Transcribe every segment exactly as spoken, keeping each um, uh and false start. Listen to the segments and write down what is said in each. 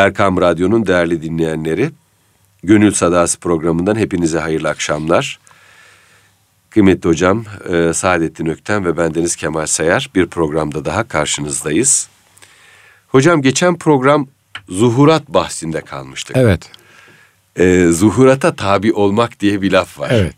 Erkam Radyo'nun değerli dinleyenleri, Gönül Sadası programından hepinize hayırlı akşamlar. Kıymetli hocam e, Saadettin Ökten ve bendeniz Kemal Sayar bir programda daha karşınızdayız. Hocam geçen program zuhurat bahsinde kalmıştık. Evet. E, zuhurata tabi olmak diye bir laf var. Evet.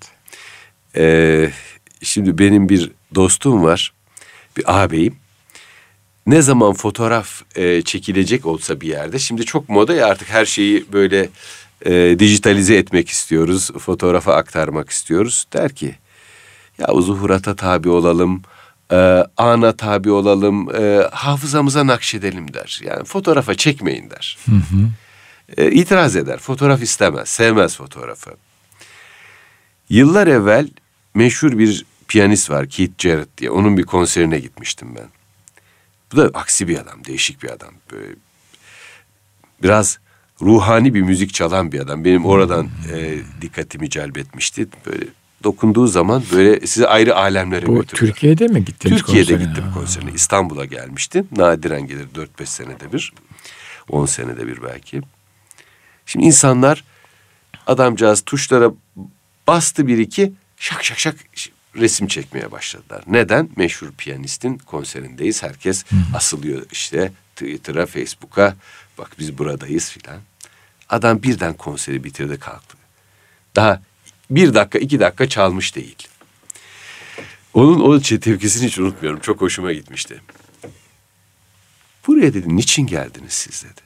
E, şimdi benim bir dostum var, bir ağabeyim. Ne zaman fotoğraf e, çekilecek olsa bir yerde, şimdi çok moda ya artık her şeyi böyle e, dijitalize etmek istiyoruz, fotoğrafa aktarmak istiyoruz. Der ki, ya zuhurata tabi olalım, e, ana tabi olalım, e, hafızamıza nakşedelim der. Yani fotoğrafa çekmeyin der. Hı hı. E, itiraz eder, fotoğraf istemez, sevmez fotoğrafı. Yıllar evvel meşhur bir piyanist var, Keith Jarrett diye, onun bir konserine gitmiştim ben. Bu da aksi bir adam, değişik bir adam. Böyle biraz ruhani bir müzik çalan bir adam. Benim oradan e, dikkatimi celbetmişti. Böyle dokunduğu zaman böyle sizi ayrı alemlere Bu götürüyor. Türkiye'de mi gittiniz Türkiye'de konserine? gittim konserine. İstanbul'a gelmiştim. Nadiren gelir dört beş senede bir. on senede bir belki. Şimdi insanlar, adamcağız tuşlara bastı bir iki, şak şak şak resim çekmeye başladılar. Neden? Meşhur piyanistin konserindeyiz. Herkes Hı. asılıyor işte Twitter'a, Facebook'a. Bak biz buradayız filan. Adam birden konseri bitirdi, kalktı. Daha bir dakika, iki dakika çalmış değil. Onun o tepkisini hiç unutmuyorum. Çok hoşuma gitmişti. Buraya dedi, niçin geldiniz siz dedi.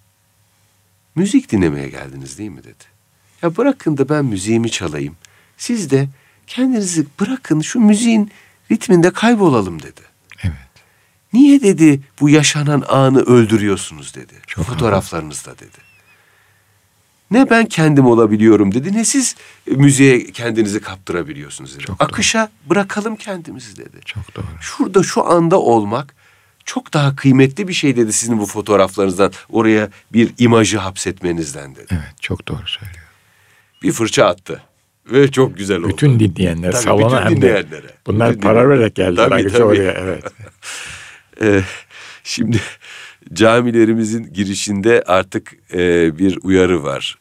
Müzik dinlemeye geldiniz değil mi dedi. Ya bırakın da ben müziğimi çalayım. Siz de kendinizi bırakın, şu müziğin ritminde kaybolalım dedi. Evet. Niye dedi bu yaşanan anı öldürüyorsunuz dedi. Çok fotoğraflarınızda haklı. Dedi. Ne ben kendim olabiliyorum dedi, ne siz müziğe kendinizi kaptırabiliyorsunuz dedi. Çok akışa doğru. Bırakalım kendimizi dedi. Çok doğru. Şurada şu anda olmak çok daha kıymetli bir şey dedi, sizin bu fotoğraflarınızdan oraya bir imajı hapsetmenizden dedi. Evet, çok doğru söylüyor. Bir fırça attı. Ve çok güzel oldu. Bütün dinleyenler, tabii, salona bütün hem de bunlar bütün para vererek geldiler. Tabii, tabii. Oraya, evet. ee, şimdi camilerimizin girişinde artık e, bir uyarı var.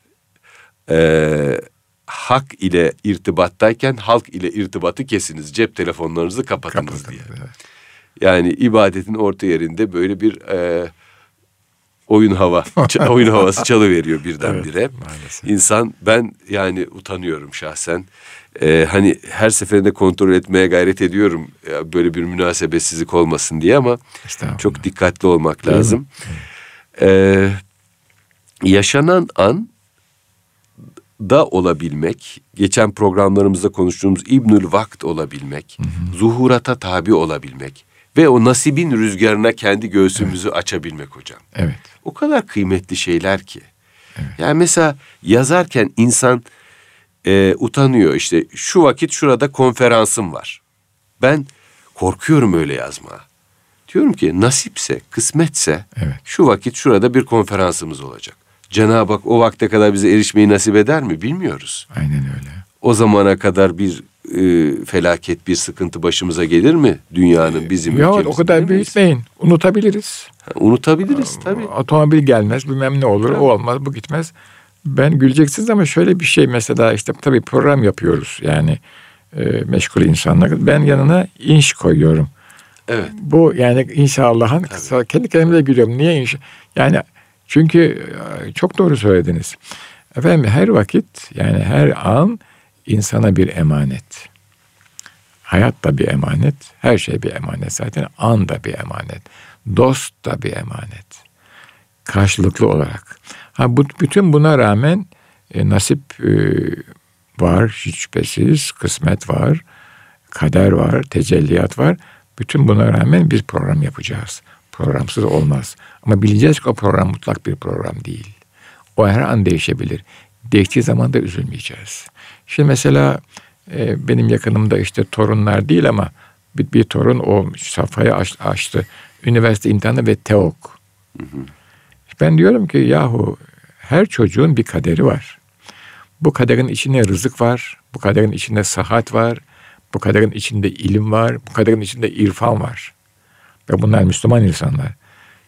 E, hak ile irtibattayken halk ile irtibatı kesiniz. Cep telefonlarınızı kapatınız Kapatın, diye. Evet. Yani ibadetin orta yerinde böyle bir e, oyun hava, oyun havası çalıveriyor birdenbire. Evet, İnsan, ben yani utanıyorum şahsen. Ee, hani her seferinde kontrol etmeye gayret ediyorum. Ya böyle bir münasebetsizlik olmasın diye, ama çok dikkatli olmak Değil lazım. Ee, yaşanan an da olabilmek, geçen programlarımızda konuştuğumuz İbnül Vakt olabilmek, hı hı. zuhurata tabi olabilmek ve o nasibin rüzgarına kendi göğsümüzü evet. açabilmek hocam. Evet. O kadar kıymetli şeyler ki. Evet. Yani mesela yazarken insan e, utanıyor. İşte şu vakit şurada konferansım var. Ben korkuyorum öyle yazmaya. Diyorum ki nasipse, kısmetse evet. şu vakit şurada bir konferansımız olacak. Cenab-ı Hak o vakte kadar bize erişmeyi nasip eder mi bilmiyoruz. Aynen öyle. O zamana kadar bir e, felaket, bir sıkıntı başımıza gelir mi? Dünyanın, bizim ya ülkemizin. O kadar büyütmeyin. Unutabiliriz. Ha, unutabiliriz tabii. Otomobil gelmez, bilmem ne olur, tabii. O olmaz, bu gitmez. Ben güleceksiniz ama şöyle bir şey, mesela işte tabii program yapıyoruz. Yani e, meşgul insanlar. Ben yanına inş koyuyorum. Evet. Bu yani inşallah'ın tabii. Kendi kendime de gülüyorum. Niye inş? Yani çünkü çok doğru söylediniz. Efendim her vakit, yani her an insana bir emanet. Hayat da bir emanet, her şey bir emanet zaten. An da bir emanet, dost da bir emanet. Karşılıklı olarak. Ha, bu, bütün buna rağmen e, nasip e, var, hiç şüphesiz, kısmet var, kader var, tecelliyat var. Bütün buna rağmen biz program yapacağız. Programsız olmaz. Ama bileceğiz ki o program mutlak bir program değil. O her an değişebilir. Değiştiği zaman da üzülmeyeceğiz. Şimdi mesela e, benim yakınımda işte torunlar değil ama bir, bir torun o safhayı aç, açtı. Üniversite imtihanı ve TEOK. Hı hı. Ben diyorum ki yahu her çocuğun bir kaderi var. Bu kaderin içinde rızık var. Bu kaderin içinde sıhhat var. Bu kaderin içinde ilim var. Bu kaderin içinde irfan var. Ve bunlar Müslüman insanlar.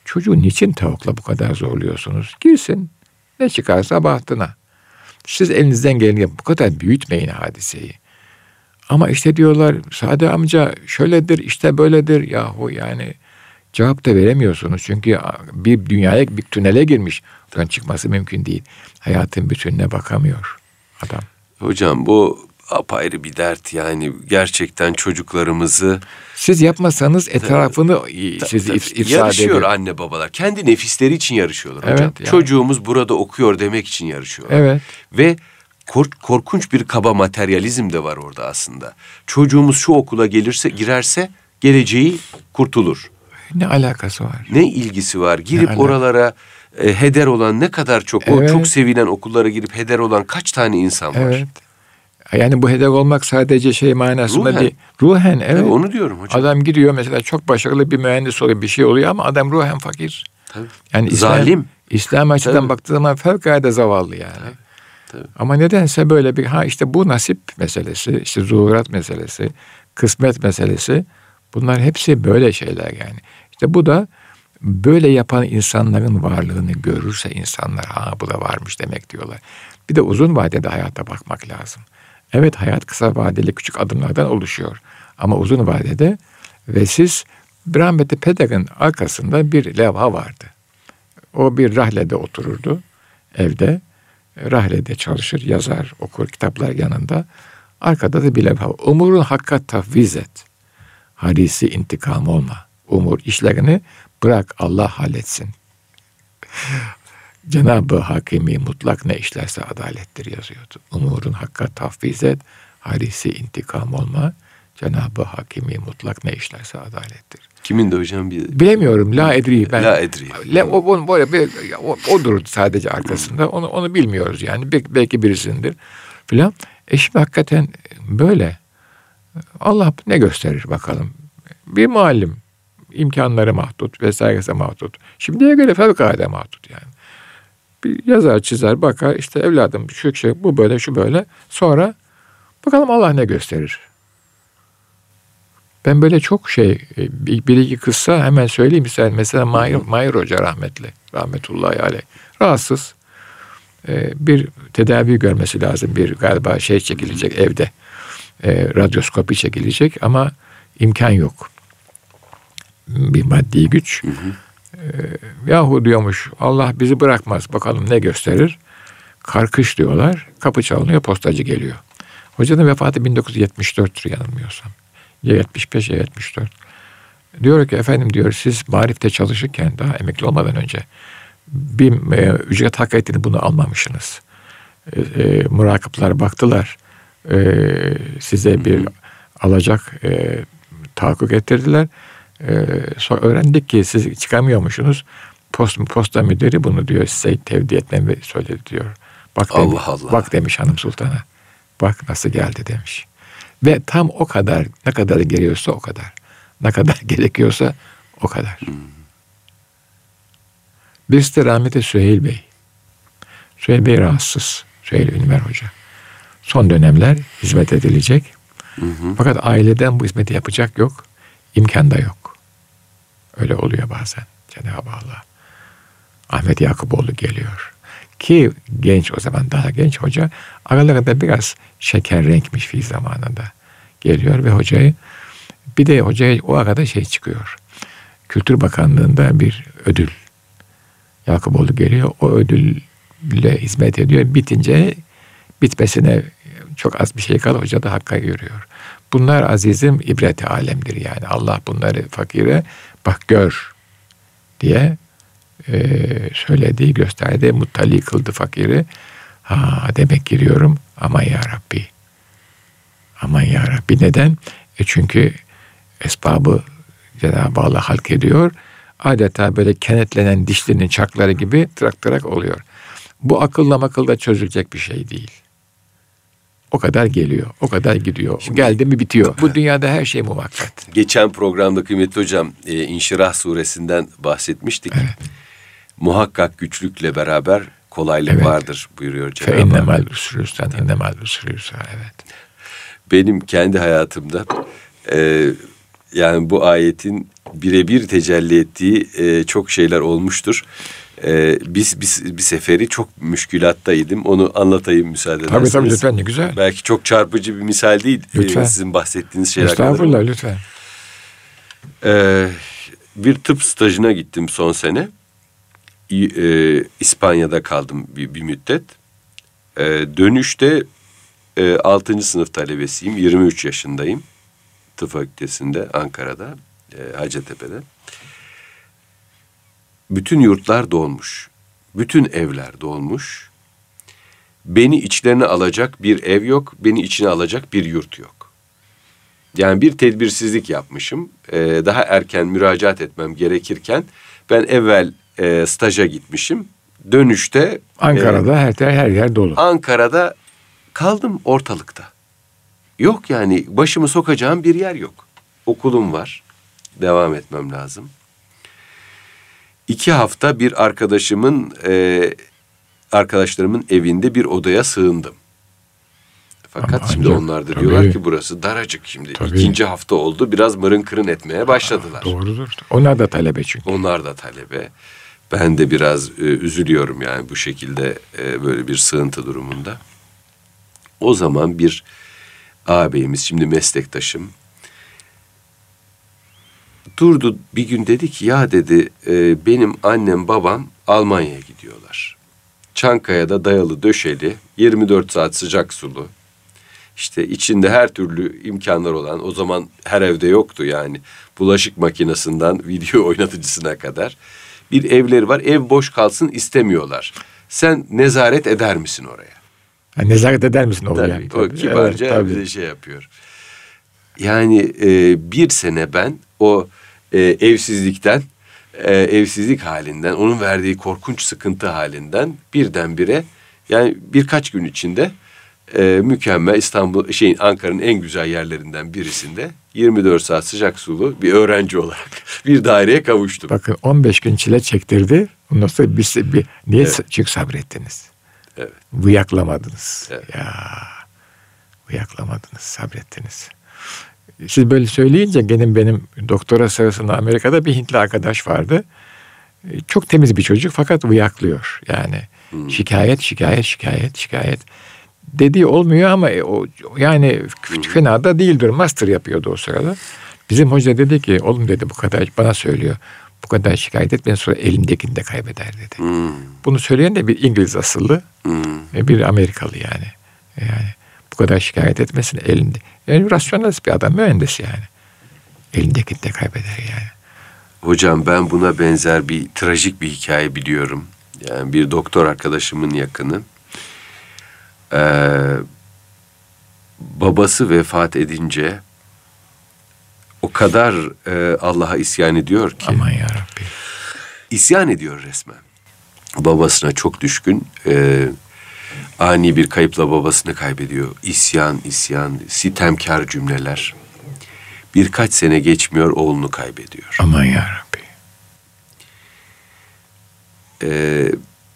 Çocuğu niçin tavukla bu kadar zorluyorsunuz? Girsin. Ne çıkarsa bahtına. Siz elinizden geleni yapın. Bu kadar büyütmeyin hadiseyi. Ama işte diyorlar Sade amca şöyledir işte böyledir. Yahu yani cevap da veremiyorsunuz. Çünkü bir dünyaya bir tünele girmiş. Buradan çıkması mümkün değil. Hayatın bütününe bakamıyor adam. Hocam bu apayrı bir dert yani gerçekten çocuklarımızı... Siz yapmasanız etrafını ta, siz ta, if, yarışıyor ediyor. Anne babalar. Kendi nefisleri için yarışıyorlar evet, hocam. Yani. Çocuğumuz burada okuyor demek için yarışıyorlar. Evet. Ve kork, korkunç bir kaba materyalizm de var orada aslında. Çocuğumuz şu okula gelirse girerse geleceği kurtulur. Ne alakası var? Ne ilgisi var? Girip oralara e, heder olan ne kadar çok, evet. o çok sevilen okullara girip heder olan kaç tane insan var? Evet. Yani bu hedef olmak sadece şey manasında ruhen. değil. Ruhen evet. Tabii onu diyorum hocam. Adam gidiyor mesela çok başarılı bir mühendis oluyor bir şey oluyor ama adam ruhen fakir. Tabii. Yani İslam, zalim. İslam açıdan Tabii. baktığı zaman fevkalade zavallı yani. Tabii. Tabii. Ama nedense böyle bir ha işte bu nasip meselesi, işte zuhurat meselesi, kısmet meselesi bunlar hepsi böyle şeyler yani. İşte bu da böyle yapan insanların varlığını görürse insanlar ha bu da varmış demek diyorlar. Bir de uzun vadede hayata bakmak lazım. Evet hayat kısa vadeli küçük adımlardan oluşuyor. Ama uzun vadede ve siz rahmetli pederin arkasında bir levha vardı. O bir rahlede otururdu evde. Rahlede çalışır, yazar, okur kitaplar yanında. Arkada da bir levha. Umurun hakka tafviz et. Harisi intikam olma. Umur işlerini bırak Allah halletsin. Cenab-ı Hakimi mutlak ne işlerse adalettir yazıyordu. Umurun hakka tafviz et. Harisi intikam olma. Cenab-ı Hakimi mutlak ne işlerse adalettir. Kimin de hocam bir... Bilemiyorum. La edri. Ben, La edri. La, o, o, böyle bir, o, odur sadece arkasında. Onu, onu bilmiyoruz yani. Bel, belki birisindir filan. E şimdi hakikaten böyle. Allah ne gösterir bakalım. Bir muallim. İmkanları mahdut vesairesi mahdut. Şimdiye göre fevkalade mahdut yani. Bir yazar çizer bakar işte evladım şu şey bu böyle şu böyle. Sonra bakalım Allah ne gösterir. Ben böyle çok şey bir, bir iki kıssa hemen söyleyeyim istedim. Mesela Mahir, Mahir Hoca rahmetli. Rahmetullahi aleyh. Rahatsız. Ee, bir tedavi görmesi lazım. Bir galiba şey çekilecek evde. Ee, radyoskopi çekilecek ama imkan yok. Bir maddi güç. Hı hı. Ee, yahu diyormuş Allah bizi bırakmaz. Bakalım ne gösterir. Karkış diyorlar. Kapı çalınıyor. Postacı geliyor. Hocanın vefatı bin dokuz yüz yetmiş dörttür yanılmıyorsam. Ya yetmiş beş ya yetmiş dört. Diyor ki efendim diyor siz marifte çalışırken daha emekli olmadan önce bir e, ücret hak ettiğini bunu almamışsınız. E, e, murakipler baktılar. E, size bir alacak e, tahakkuk ettirdiler. E, sonra öğrendik ki siz çıkamıyormuşsunuz. Post, posta müdürü bunu diyor size tevdi etmemi söyledi diyor. Bak Allah demiş, Allah. Bak demiş hanım sultana. Bak nasıl geldi demiş. Ve tam o kadar, ne kadar geliyorsa o kadar. Ne kadar gerekiyorsa o kadar. Hmm. Birisi de rahmetli Süheyl Bey. Süheyl Bey rahatsız. Süheyl Ünver Hoca. Son dönemler hizmet edilecek. Hı hı. Fakat aileden bu hizmeti yapacak yok. İmkan da yok. Öyle oluyor bazen. Cenab-ı Allah. Ahmet Yakuboğlu geliyor. Ki genç o zaman daha genç hoca aralarında biraz şeker renkmiş fi zamanında geliyor ve hocayı bir de hocaya o arada şey çıkıyor. Kültür Bakanlığı'nda bir ödül. Yakuboğlu geliyor. O ödülle hizmet ediyor. Bitince bitmesine çok az bir şey kalır. Hoca da hakka görüyor. Bunlar azizim ibret-i alemdir yani. Allah bunları fakire bak gör diye Ee, söylediği, gösterdiği, muttali kıldı fakiri. Ha demek giriyorum. Aman ya Rabbi. Aman ya Rabbi. Neden? E çünkü esbabı Cenab-ı Allah halk ediyor. Adeta böyle kenetlenen dişlinin çarkları gibi tırak tırak oluyor. Bu akılla makılla çözülecek bir şey değil. O kadar geliyor. O kadar gidiyor. Şimdi, geldi mi bitiyor. Bu dünyada her şey muvakkat. Geçen programda kıymetli hocam e, İnşirah suresinden bahsetmiştik. Evet. Muhakkak güçlükle beraber kolaylık evet. vardır buyuruyor Cenab-ı Allah. Feinnemel usrüsten innemel usrüsa evet. Benim kendi hayatımda e, Yani bu ayetin birebir tecelli ettiği e, çok şeyler olmuştur. E, biz, biz bir seferi çok müşkülattaydım. Onu anlatayım müsaade ederseniz. Tabii tabii lütfen, ne güzel. Belki çok çarpıcı bir misal değil. Lütfen. E, sizin bahsettiğiniz şeyler. Estağfurullah, lütfen. E, bir tıp stajına gittim son sene. E, İspanya'da kaldım bir, bir müddet. E, dönüşte e, altıncı sınıf talebesiyim. yirmi üç yaşındayım. Tıp Fakültesi'nde Ankara'da, e, Hacettepe'de. Bütün yurtlar dolmuş. Bütün evler dolmuş. Beni içlerine alacak bir ev yok. Beni içine alacak bir yurt yok. Yani bir tedbirsizlik yapmışım. E, daha erken müracaat etmem gerekirken ben evvel e, staja gitmişim. Dönüşte Ankara'da e, her, her yer dolu. Ankara'da kaldım ortalıkta. Yok yani, başımı sokacağım bir yer yok. Okulum var. Devam etmem lazım. İki hafta bir arkadaşımın, e, arkadaşlarımın evinde bir odaya sığındım. Fakat ama şimdi ancak, onlar da tabii, diyorlar ki burası daracık şimdi. Tabii. İkinci hafta oldu, biraz mırın kırın etmeye başladılar. Aa, doğrudur. Onlar da talebe çünkü. Onlar da talebe. Ben de biraz e, üzülüyorum yani bu şekilde e, böyle bir sığıntı durumunda. O zaman bir ağabeyimiz, şimdi meslektaşım, durdu bir gün, dedi ki ya dedi e, benim annem babam Almanya'ya gidiyorlar. Çankaya'da dayalı döşeli, yirmi dört saat sıcak sulu, işte içinde her türlü imkanlar olan, o zaman her evde yoktu yani, bulaşık makinesinden video oynatıcısına kadar bir evleri var. Ev boş kalsın istemiyorlar. Sen nezaret eder misin oraya? Ha, nezaret eder misin oraya? Tabii, tabii. O kibarca evet, bize şey yapıyor. Yani e, bir sene ben o e, evsizlikten, e, evsizlik halinden, onun verdiği korkunç sıkıntı halinden birdenbire, yani birkaç gün içinde e, mükemmel İstanbul, şeyin Ankara'nın en güzel yerlerinden birisinde yirmi dört saat sıcak sulu bir öğrenci olarak bir daireye kavuştum. Bakın on beş gün çile çektirdi. Ondan sonra bir, bir niye evet. Çünkü sabrettiniz. Evet. Vıyaklamadınız. Evet. Ya vıyaklamadınız, sabrettiniz. Siz böyle söyleyince gene benim doktora sırasında Amerika'da bir Hintli arkadaş vardı. Çok temiz bir çocuk fakat vıyaklıyor. Yani hmm. şikayet, şikayet, şikayet, şikayet. Dediği olmuyor ama o yani hmm. fena da değildir. Master yapıyordu o sırada. Bizim hoca dedi ki oğlum dedi, bu kadar bana söylüyor. Bu kadar şikayet etmeyin, sonra elindekini de kaybeder dedi. Hmm. Bunu söyleyen de bir İngiliz asıllı hmm. ve bir Amerikalı yani. Yani bu kadar şikayet etmesin elinde. Yani rasyonelist bir adam, mühendis yani. Elindekini de kaybeder yani. Hocam ben buna benzer bir trajik bir hikaye biliyorum. Yani bir doktor arkadaşımın yakını. Ee, babası vefat edince o kadar e, Allah'a isyan ediyor ki. Aman yarabbi. İsyan ediyor resmen. Babasına çok düşkün. E, ani bir kayıpla babasını kaybediyor. İsyan, isyan, sitemkar cümleler. Birkaç sene geçmiyor, oğlunu kaybediyor. Aman yarabbi. Ee,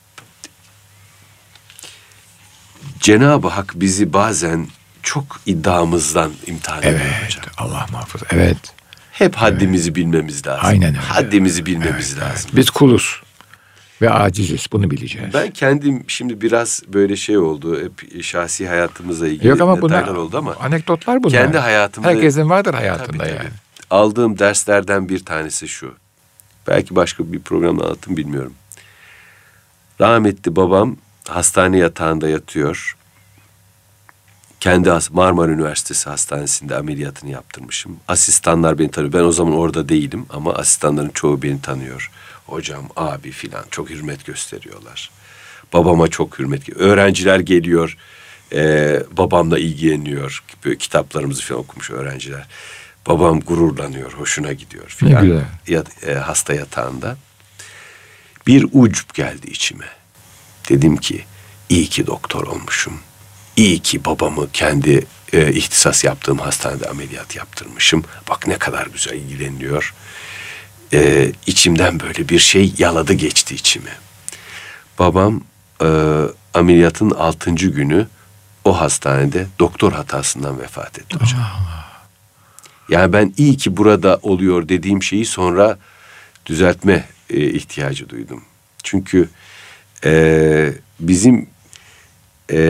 Cenab-ı Hak bizi bazen çok iddiamızdan imtihan ediyor evet, hocam. Allah muhafaza. Evet. Hep haddimizi evet. bilmemiz lazım. Aynen öyle. Haddimizi bilmemiz evet, lazım. Evet. Biz kuluz ve aciziz. Bunu bileceğiz. Ben kendim şimdi biraz böyle şey oldu. Hep şahsi hayatımızla ilgili Yok ama bunlar oldu ama anekdotlar bunlar. Kendi hayatımda. Herkesin vardır hayatında tabii, yani. Tabii. Aldığım derslerden bir tanesi şu. Belki başka bir programda anlattım, bilmiyorum. Rahmetli babam hastane yatağında yatıyor. Kendi Marmara Üniversitesi Hastanesi'nde ameliyatını yaptırmışım. Asistanlar beni tanıyor. Ben o zaman orada değilim ama asistanların çoğu beni tanıyor. Hocam, abi filan çok hürmet gösteriyorlar. Babama çok hürmet. Öğrenciler geliyor. E, babamla ilgileniyor. Böyle kitaplarımızı falan okumuş öğrenciler. Babam gururlanıyor, hoşuna gidiyor filan. Ya, e, hasta yatağında. Bir ucup geldi içime. Dedim ki iyi ki doktor olmuşum. İyi ki babamı kendi e, ihtisas yaptığım hastanede ameliyat yaptırmışım. Bak ne kadar güzel ilgileniyor. E, içimden böyle bir şey yaladı geçti içime. Babam e, ameliyatın altıncı günü o hastanede doktor hatasından vefat etti hocam. Allah. Yani ben iyi ki burada oluyor dediğim şeyi sonra düzeltme e, ihtiyacı duydum. Çünkü e, bizim e,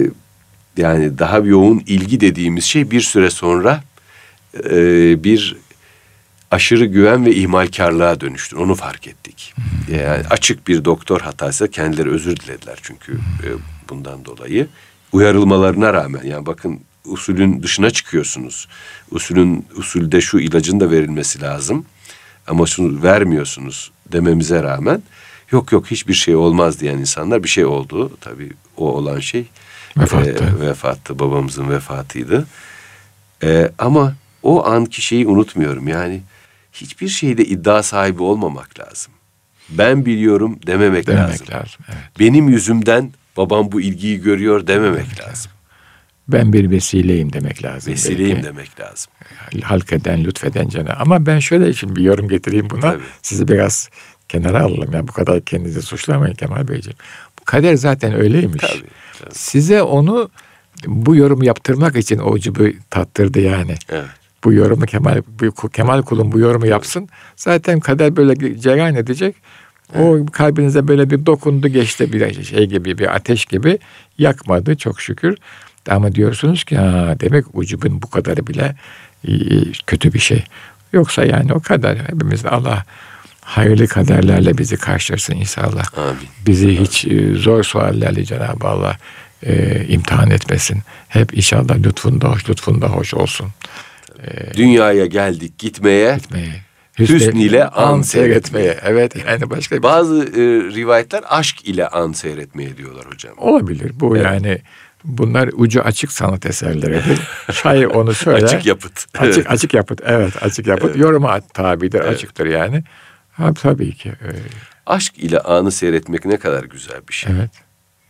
yani daha yoğun ilgi dediğimiz şey bir süre sonra e, bir aşırı güven ve ihmalkarlığa dönüştü. Onu fark ettik. Yani açık bir doktor hatası, kendileri özür dilediler çünkü e, bundan dolayı. Uyarılmalarına rağmen, yani bakın usulün dışına çıkıyorsunuz. Usulün usulde şu ilacın da verilmesi lazım ama şunu vermiyorsunuz dememize rağmen yok yok hiçbir şey olmaz diyen insanlar, bir şey oldu. Tabii o olan şey Vefattı. E, vefattı. Babamızın vefatıydı. E, ama o anki şeyi unutmuyorum. Yani hiçbir şeyde iddia sahibi olmamak lazım. Ben biliyorum dememek, Dememek lazım. lazım. Evet. Benim yüzümden babam bu ilgiyi görüyor dememek Dememek lazım. Ben bir vesileyim demek lazım. Vesileyim belki. demek lazım. Halkeden, lütfeden Cenab-ı. Ama ben şöyle şimdi bir yorum getireyim buna. Tabii. Sizi biraz kenara alalım. Ya bu kadar kendinizi suçlamayın Kemal Beyciğim. Bu kader zaten öyleymiş. Tabii, tabii. Size onu bu yorumu yaptırmak için o ucubu tattırdı yani. Evet. Bu yorumu Kemal bu, Kemal kulum bu yorumu yapsın. Zaten kader böyle cereyan edecek. O kalbinize böyle bir dokundu, geçti, bir şey gibi, bir ateş gibi yakmadı çok şükür. Ama diyorsunuz ki ha, demek ucubun bu kadarı bile kötü bir şey. Yoksa yani o kadar. Hepimiz de Allah hayırlı kaderlerle bizi karşılasın inşallah. Amin. Bizi Amin. hiç zor suallerle Cenab-ı Allah e, imtihan etmesin. Hep inşallah lütfunda hoş, lütfunda hoş olsun. E, Dünyaya geldik gitmeye. Gitmeye. Hüsn ile an seyretmeye. Evet yani başka bir Bazı e, rivayetler aşk ile an seyretmeye diyorlar hocam. olabilir. Bu Evet. yani bunlar ucu açık sanat eserleridir. Şair onu söyler. Açık yapıt. Açık açık yapıt. Evet, açık yapıt. Evet. Yoruma tabidir, Evet. açıktır yani. Ha, tabii ki. e, Aşk ile anı seyretmek ne kadar güzel bir şey. Evet.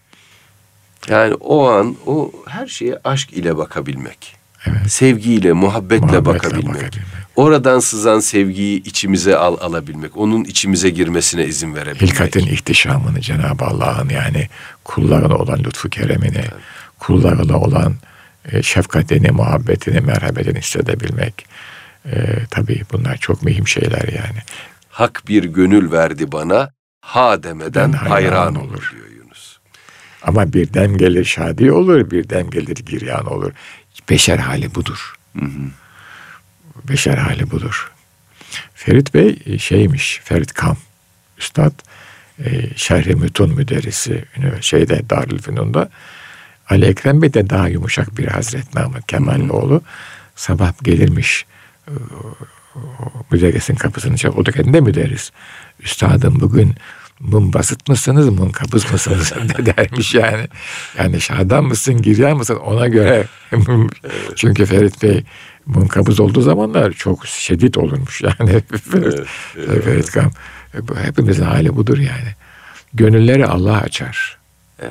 Yani o an o her şeye aşk ile bakabilmek. Evet. Sevgiyle, muhabbetle, Muhabbetle bakabilmek. bakabilmek. Oradan sızan sevgiyi içimize al, alabilmek. Onun içimize girmesine izin verebilmek. Hilkatin ihtişamını Cenab-ı Allah'ın yani kullarına olan lütfu keremini, kullarına olan e, şefkatini, muhabbetini, merhametini hissedebilmek. E, tabii bunlar çok mühim şeyler yani. Hak bir gönül verdi bana, ha demeden Ben hayran, hayran olur olur. diyor Yunus. Ama birden gelir şadi olur, birden gelir giryan olur. Beşer hali budur. Hı hı. Beşer hali budur. Ferit Bey şeymiş, Ferit Kam, üstad, e, Şerh-i Mütun müderrisi şeyde Darülfünun'da. Ali Ekrem Bey de daha yumuşak bir Hazret Mahmud Kemaloğlu. Sabah gelirmiş e, müderrisin kapısını çalıp, o da kendine müderris. Üstadım bugün mum basıt mısınız, mum kabız mısınız dermiş yani. Yani şadan mısın, giryan mısın ona göre. Çünkü Ferit Bey munkabız olduğu zamanlar çok şiddet olurmuş yani. Evet, evet. Ferit Kam. Hepimizin hali budur yani. Gönülleri Allah açar. Evet.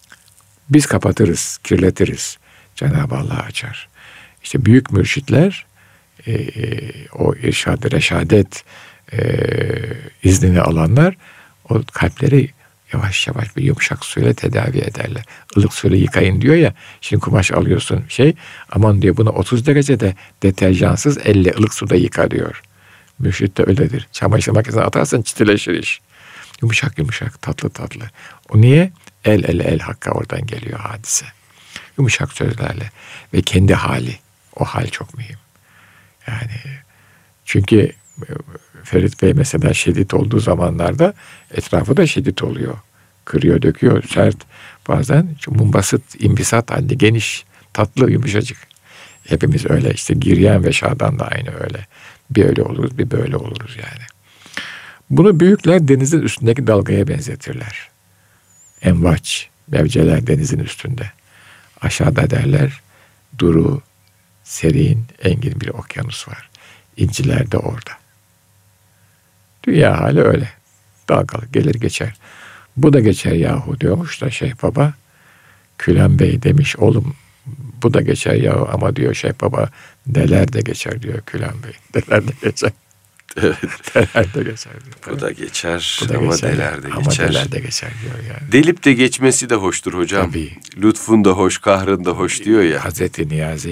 Biz kapatırız, kirletiriz. Cenab-ı Allah açar. İşte büyük mürşitler e, o irşad-ı reşadet e, iznini alanlar o kalpleri yavaş yavaş bir yumuşak suyla tedavi ederler. Ilık suyla yıkayın diyor ya. Şimdi kumaş alıyorsun şey. Aman diyor bunu otuz derecede deterjansız elle ılık suda yıka diyor. Mürşit de öyledir. Çamaşır makinesine atarsan çitileşir iş. Yumuşak yumuşak, tatlı tatlı. O niye? El ele el hakka oradan geliyor hadise. Yumuşak sözlerle ve kendi hali. O hal çok mühim. Yani çünkü Ferit Bey mesela şiddet olduğu zamanlarda etrafı da şiddet oluyor. Kırıyor, döküyor, sert. Bazen mumbasıt, imbisat halinde geniş, tatlı, yumuşacık. Hepimiz öyle işte giryan ve şadan da aynı öyle. Bir öyle oluruz, bir böyle oluruz yani. Bunu büyükler denizin üstündeki dalgaya benzetirler. Envaç, mevceler denizin üstünde. Aşağıda derler duru, serin, engin bir okyanus var. İnciler de orada. Dünya hali öyle. Dalgalı gelir geçer. Bu da geçer yahu diyormuş da Şeyh Baba. Külen Bey demiş oğlum bu da geçer yahu ama diyor Şeyh Baba deler de geçer diyor Külen Bey. Deler de geçer. Evet. Deler de geçer diyor. Bu da geçer Bu da ama geçer. deler de Ama geçer. deler de geçer diyor yani. Delip de geçmesi de hoştur hocam. Tabii. Lütfun da hoş, kahrın da hoş diyor ya. Hazreti Niyazi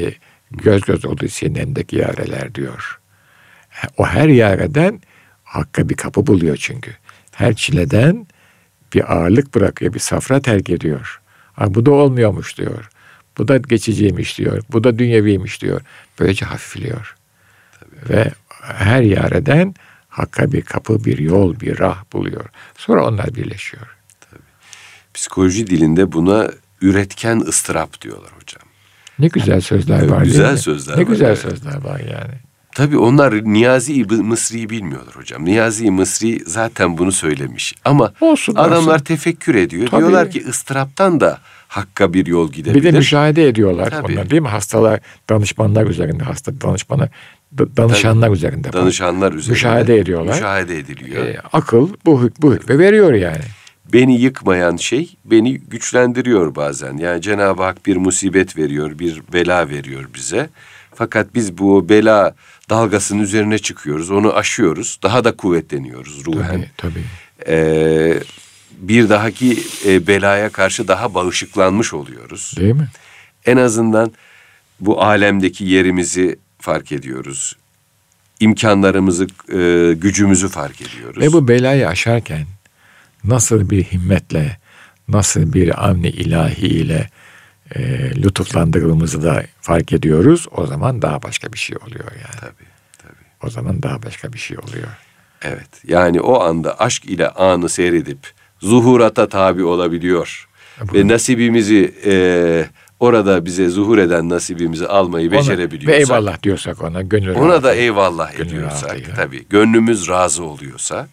Göz göz oldu senin elindeki yareler diyor. O her yareden Hakk'a bir kapı buluyor çünkü. Her çileden bir ağırlık bırakıyor, bir safra terk ediyor. Ha, bu da olmuyormuş diyor. Bu da geçiciymiş diyor. Bu da dünyeviymiş diyor. Böylece hafifliyor. Tabii. Ve her yareden Hakk'a bir kapı, bir yol, bir rah buluyor. Sonra onlar birleşiyor. Tabii. Psikoloji dilinde buna üretken ıstırap diyorlar hocam. Ne güzel sözler evet, var. Güzel sözler ne var. Ne güzel evet. sözler var yani. Tabii onlar Niyazi Mısri'yi bilmiyorlar hocam. Niyazi Mısri zaten bunu söylemiş. Ama olsun, adamlar olsun. tefekkür ediyor. Tabii. Diyorlar ki ıstıraptan da Hakk'a bir yol gidebilir. Bir de müşahede ediyorlar. Tabii. Onlar değil mi? Hastalar, danışmanlar üzerinde, hasta danışmanlar, danışanlar Tabii. üzerinde. Danışanlar üzerinde. Müşahede ediyorlar. Müşahede ediliyor. Ee, akıl bu, hük, bu hükmü veriyor yani. Beni yıkmayan şey beni güçlendiriyor bazen. Yani Cenab-ı Hak bir musibet veriyor, bir bela veriyor bize. Fakat biz bu bela dalgasının üzerine çıkıyoruz, onu aşıyoruz. Daha da kuvvetleniyoruz ruhen. Tabii, tabii. Ee, bir dahaki e, belaya karşı daha bağışıklanmış oluyoruz. Değil mi? En azından bu alemdeki yerimizi fark ediyoruz. İmkanlarımızı, e, gücümüzü fark ediyoruz. Ve bu belayı aşarken nasıl bir himmetle, nasıl bir amni ilahi ile e, lütuflandırılımızı da fark ediyoruz. O zaman daha başka bir şey oluyor yani. Tabii, tabii. O zaman daha başka bir şey oluyor. Evet, yani o anda aşk ile anı seyredip zuhurata tabi olabiliyor. Bu. Ve nasibimizi e, orada bize zuhur eden nasibimizi almayı ona, becerebiliyorsak. Ve eyvallah diyorsak ona. Gönül ona rahatı, da eyvallah gönül ediyorsak tabii. Gönlümüz razı oluyorsa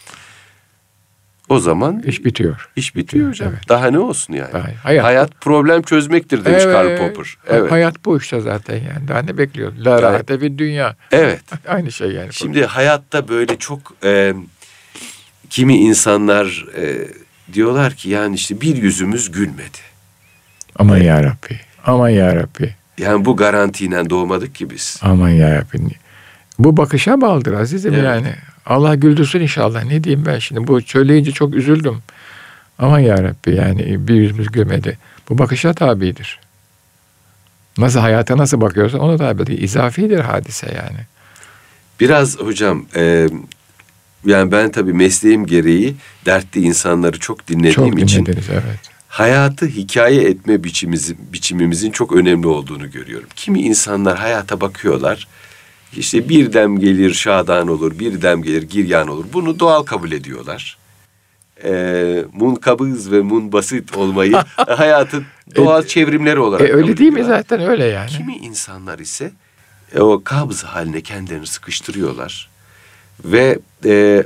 o zaman iş bitiyor. İş bitiyor hocam. Evet. Daha ne olsun yani? Daha, hayat, hayat problem çözmektir demiş evet, Karl Popper. Evet. Hayat bu işte zaten yani. Daha ne bekliyor? La rahate bir dünya. Evet. Aynı şey yani. Şimdi hayatta böyle çok e, kimi insanlar e, diyorlar ki yani işte bir yüzümüz gülmedi. Aman ya Rabbi. Aman ya Rabbi. Yani bu garantiyle doğmadık ki biz. Aman ya Rabbi. Bu bakışa bağlıdır azizim evet. yani. Allah güldürsün inşallah. Ne diyeyim ben şimdi? Bu söyleyince çok üzüldüm. Aman ya Rabbi yani bir yüzümüz gülmedi. Bu bakışa tabidir. Nasıl hayata nasıl bakıyorsa ona tabidir. İzafidir hadise yani. Biraz hocam e, yani ben tabii mesleğim gereği dertli insanları çok dinlediğim çok için evet. hayatı hikaye etme biçimimizin, biçimimizin çok önemli olduğunu görüyorum. Kimi insanlar hayata bakıyorlar. İşte bir dem gelir şadan olur, bir dem gelir giryan olur. Bunu doğal kabul ediyorlar. Ee, munkabız ve munbasit olmayı hayatın doğal e, çevrimleri olarak e, öyle değil mi zaten öyle yani. Kimi insanlar ise e, o kabz haline kendilerini sıkıştırıyorlar. Ve e,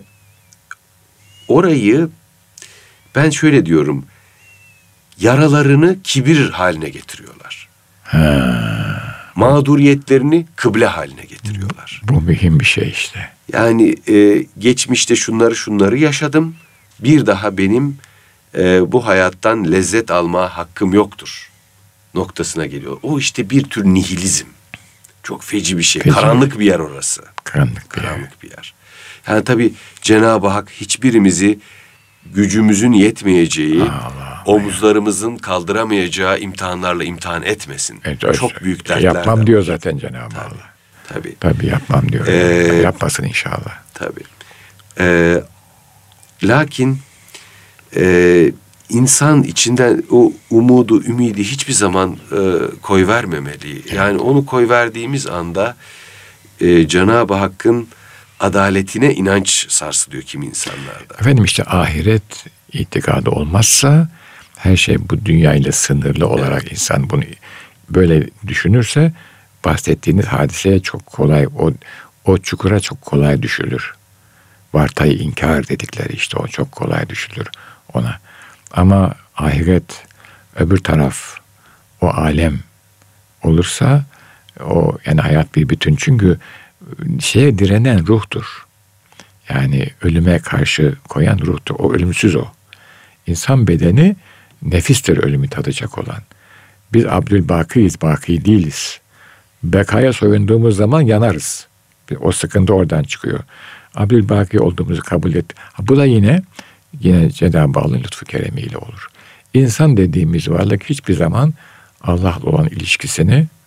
orayı ben şöyle diyorum, yaralarını kibir haline getiriyorlar. Ha. Mağduriyetlerini kıble haline getiriyorlar. Bu mühim bir şey işte. Yani e, geçmişte şunları şunları yaşadım. Bir daha benim e, bu hayattan lezzet alma hakkım yoktur noktasına geliyor. O işte bir tür nihilizm. Çok feci bir şey. Feci. Karanlık bir yer orası. Karanlık bir Karanlık yer. bir yer. Yani tabii Cenab-ı Hak hiçbirimizi gücümüzün yetmeyeceği, Allah, omuzlarımızın kaldıramayacağı imtihanlarla imtihan etmesin. Evet, çok büyük dertler. Yapmam diyor zaten Cenab-ı tabii, Allah. Tabii. Tabii yapmam diyor. Ee, Yapmasın inşallah. Tabii. Ee, lakin e, insan içinden o umudu, ümidi hiçbir zaman e, koyvermemeli. Evet. Yani onu koyverdiğimiz anda e, Cenab-ı Hakk'ın adaletine inanç sarsılıyor kimi insanlarda. Efendim işte ahiret itikadı olmazsa her şey bu dünyayla sınırlı olarak evet. insan bunu böyle düşünürse bahsettiğiniz hadiseye çok kolay o o çukura çok kolay düşülür. Vartayı inkar dedikleri işte o çok kolay düşülür ona. Ama ahiret öbür taraf o alem olursa o yani hayat bir bütün çünkü şeye direnen ruhtur. Yani ölüme karşı koyan ruhtur. O ölümsüz o. İnsan bedeni nefistir ölümü tadacak olan. Biz Abdülbakiyiz, baki değiliz. Bekaya soyunduğumuz zaman yanarız. O sıkıntı oradan çıkıyor. Abdülbaki olduğumuzu kabul et. Bu da yine yine Cenab-ı Allah'ın lütfu keremiyle olur. İnsan dediğimiz varlık hiçbir zaman Allah'la olan ilişkisini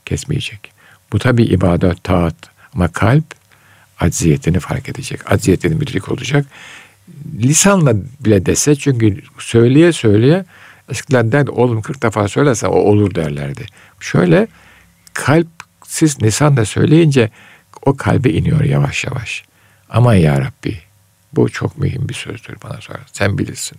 kesmeyecek. Bu tabii ibadet, taat ama kalp acziyetini fark edecek. Acziyetini müdrik olacak. Lisanla bile dese, çünkü söyleye söyleye eskiler derdi oğlum kırk defa söylese o olur derlerdi. Şöyle kalp siz lisanla söyleyince o kalbe iniyor yavaş yavaş. Aman ya Rabbi, bu çok mühim bir sözdür bana sonra. Sen bilirsin.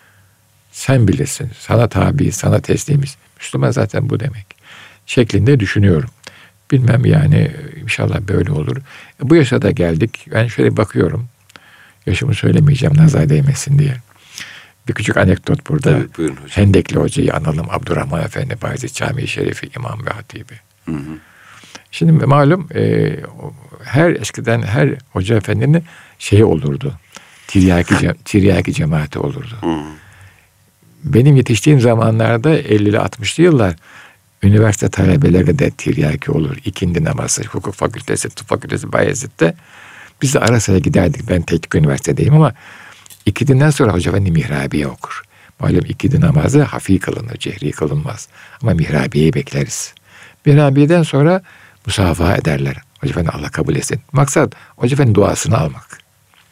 Sen bilirsin. Sana tabi, sana teslimiz. Müslüman zaten bu demek. Şeklinde düşünüyorum. Bilmem yani, inşallah böyle olur. Bu yaşa da geldik. Ben şöyle bakıyorum. Yaşımı söylemeyeceğim nazar değmesin diye. Bir küçük anekdot burada. Tabii, buyurun hocam. Hendekli Hoca'yı analım. Abdurrahman Efendi Bayezid Camii Şerifi İmam ve Hatibi. Hı hı. Şimdi malum e, her eskiden her hoca efendinin şeyi olurdu. Tiryaki, tiryaki cemaati olurdu. Hı hı. Benim yetiştiğim zamanlarda ellili altmışlı yıllar üniversite talebeleri de tiryaki olur. İkindi namazı, hukuk fakültesi, tıp fakültesi Bayezid'de. Biz de ara sıra giderdik. Ben teknik üniversitedeyim ama ikindiden sonra Hoca Efendi mihrabiye okur. Malum ikindi namazı hafi kılınır, cehri kılınmaz. Ama mihrabiyeyi bekleriz. Mihrabiyeden sonra musafaha ederler. Hoca Efendi Allah kabul etsin. Maksat Hoca Efendi duasını almak.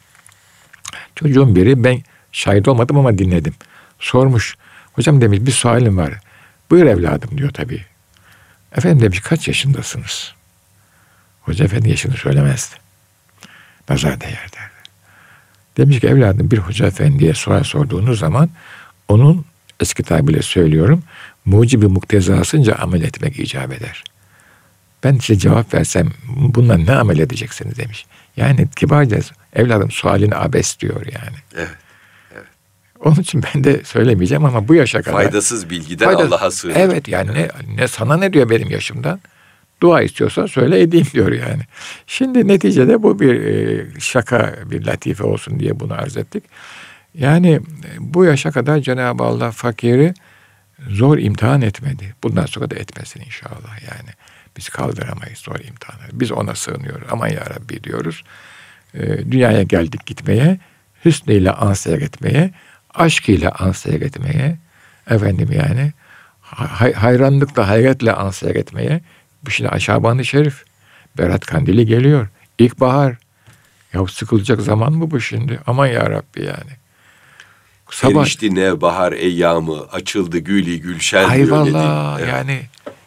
Çocuğun biri, ben şahit olmadım ama dinledim. Sormuş. Hocam demiş, bir sualim var. Buyur evladım diyor tabii. Efendim demiş, kaç yaşındasınız? Hoca Efendi yaşını söylemezdi. Nazar değer derdi. Demiş ki evladım, bir Hoca Efendi'ye sual sorduğunuz zaman onun, eski tabirle söylüyorum, mucibi muktezasınca amel etmek icap eder. Ben size cevap versem bundan ne amel edeceksiniz demiş. Yani kibarca evladım sualini abes diyor yani. Evet. Evet. Onun için ben de söylemeyeceğim ama bu yaşa kadar. Faydasız bilgiden faydasız, Allah'a sığınır. Evet yani ne, ne sana ne diyor benim yaşımdan? Dua istiyorsan söyle edeyim diyor yani. Şimdi neticede bu bir e, şaka, bir latife olsun diye bunu arz ettik. Yani bu yaşa kadar Cenab-ı Allah fakiri zor imtihan etmedi. Bundan sonra da etmesin inşallah yani. Biz kaldıramayız zor imtihanı. Biz ona sığınıyoruz. Aman ya Rabbi diyoruz. E, dünyaya geldik gitmeye, hüsnüyle an seyretmeye, aşkıyla an seyretmeye, efendim yani hay- hayranlıkla, hayretle an seyretmeye. Bu şimdi Şaban-ı Şerif. Berat Kandili geliyor. İlkbahar. Ya sıkılacak zaman mı bu şimdi? Aman ya Rabbi yani. Sabah. Erişti nevbahar eyyamı, açıldı gülü gülşen. Ayvallah evet. Yani.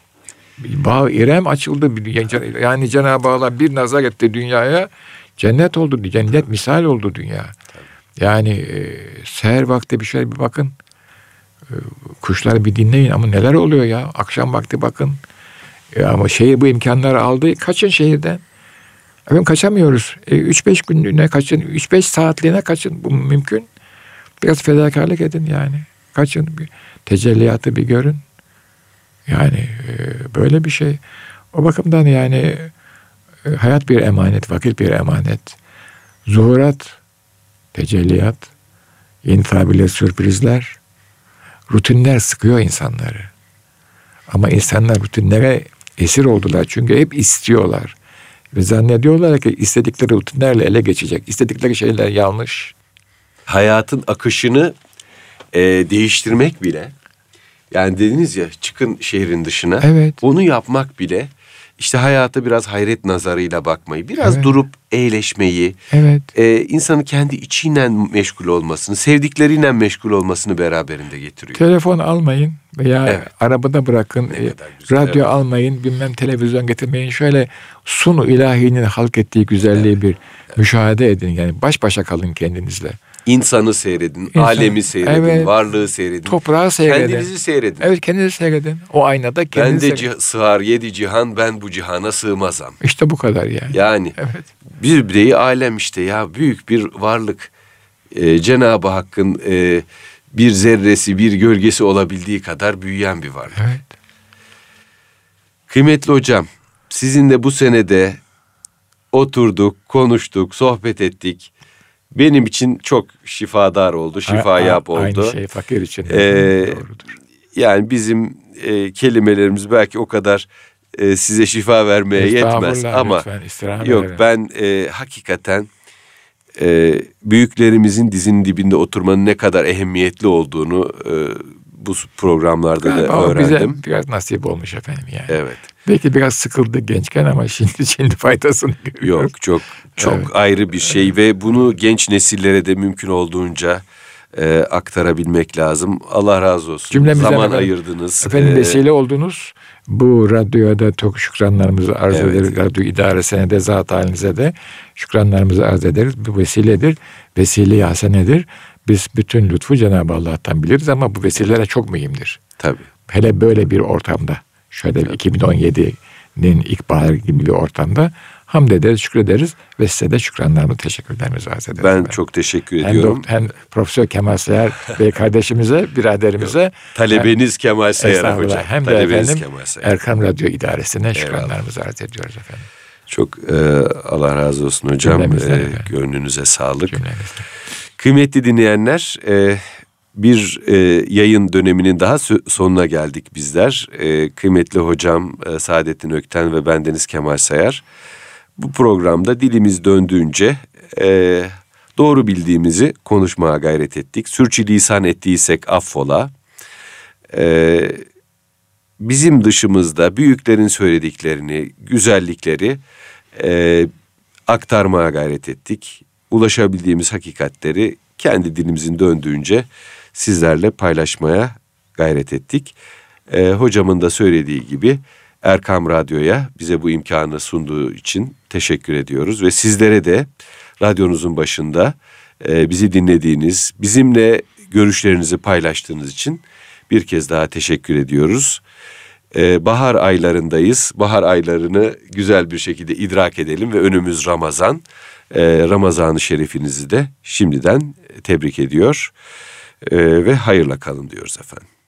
Bağ İrem açıldı. Yani Cenab-ı Allah bir nazar etti dünyaya. Cennet oldu. Cennet misal oldu dünya. Yani e, seher vakti bir şöyle bir bakın. E, kuşları bir dinleyin ama neler oluyor ya. Akşam vakti bakın. E, ama şehir bu imkanları aldı. Kaçın şehirden. Efendim kaçamıyoruz. E, üç beş günlüğüne kaçın. üç beş saatliğine kaçın. Bu mümkün. Biraz fedakarlık edin yani. Kaçın. Bir tecelliyatı bir görün. Yani e, böyle bir şey. O bakımdan yani e, hayat bir emanet, vakit bir emanet. Zuhurat, tecelliyat, yeni tabirle sürprizler, rutinler sıkıyor insanları. Ama insanlar rutinlere esir oldular. Çünkü hep istiyorlar. Ve zannediyorlar ki istedikleri rutinlerle ele geçecek. İstedikleri şeyler yanlış. Hayatın akışını e, değiştirmek bile, yani dediniz ya çıkın şehrin dışına. Evet. Onu yapmak bile işte hayata biraz hayret nazarıyla bakmayı, biraz evet. durup eğleşmeyi, evet. e, insanın kendi içiyle meşgul olmasını, sevdikleriyle meşgul olmasını beraberinde getiriyor. Telefon almayın veya evet. arabada bırakın, e, güzel, radyo evet. almayın, bilmem televizyon getirmeyin. Şöyle sunu ilahinin halk ettiği güzelliği evet. bir evet. müşahede edin. Yani baş başa kalın kendinizle. İnsanı seyredin, İnsan, alemi seyredin, evet, varlığı seyredin. Toprağı seyredin. Kendinizi seyredin. Evet, kendinizi seyredin. O aynada kendinizi ben de cih- sığar yedi cihan, ben bu cihana sığmazam. İşte bu kadar yani. Yani evet. bir bireyi alem işte ya, büyük bir varlık. Ee, Cenab-ı Hakk'ın e, bir zerresi, bir gölgesi olabildiği kadar büyüyen bir varlık. Evet. Kıymetli hocam, sizinle bu senede oturduk, konuştuk, sohbet ettik. Benim için çok şifadar oldu, şifa yap oldu. Aynı şey fakir için de ee, doğrudur. Yani bizim e, kelimelerimiz belki o kadar e, size şifa vermeye yetmez ama lütfen, yok verin. ben e, hakikaten e, büyüklerimizin dizinin dibinde oturmanın ne kadar ehemmiyetli olduğunu e, bu programlarda Galiba da öğrendim. Bize biraz nasip olmuş efendim yani. Evet. Belki biraz sıkıldık gençken ama şimdi şimdi faydasını görüyoruz. Yok, çok çok Evet. ayrı bir şey evet. Ve bunu genç nesillere de mümkün olduğunca e, aktarabilmek lazım. Allah razı olsun. Cümlemizden zaman efendim, ayırdınız. Efendim ee, vesile oldunuz. Bu radyoda çok şükranlarımızı arz evet. ederiz. Radyo idaresine de zat halinize de şükranlarımızı arz ederiz. Bu vesiledir. Vesile-i hasenedir. Biz bütün lütfu Cenab-ı Allah'tan biliriz ama bu vesileler çok mühimdir. Tabii. Hele böyle bir ortamda, şöyle Tabii. iki bin on yedi'nin ilkbaharı gibi bir ortamda hamd ederiz, şükrederiz ve size de şükranlarımı, teşekkürlerimizi arz ederiz. Ben efendim. çok teşekkür hem ediyorum. Dok- hem Profesör Kemal Sayar Bey kardeşimize, biraderimize. Talebeniz hem, Kemal Sayar Hocam. Hem de Talebeniz efendim Kemal Sayar. Erkam Radyo İdaresi'ne şükranlarımızı arz ediyoruz efendim. Çok e, Allah razı olsun hocam. E, gönlünüze sağlık. Cümlemizden. Kıymetli dinleyenler, e, bir e, yayın döneminin daha sonuna geldik bizler. E, kıymetli hocam e, Saadettin Ökten ve bendeniz Kemal Sayar. Bu programda dilimiz döndüğünce e, doğru bildiğimizi konuşmaya gayret ettik. Sürçülisan ettiysek affola. E, bizim dışımızda büyüklerin söylediklerini, güzellikleri e, aktarmaya gayret ettik. Ulaşabildiğimiz hakikatleri kendi dilimizin döndüğünce sizlerle paylaşmaya gayret ettik. E, hocamın da söylediği gibi Erkam Radyo'ya bize bu imkanı sunduğu için teşekkür ediyoruz. Ve sizlere de radyonuzun başında e, bizi dinlediğiniz, bizimle görüşlerinizi paylaştığınız için bir kez daha teşekkür ediyoruz. E, bahar aylarındayız. Bahar aylarını güzel bir şekilde idrak edelim ve önümüz Ramazan. E, Ramazan-ı Şerifinizi de şimdiden tebrik ediyor e, ve hayırla kalın diyoruz efendim.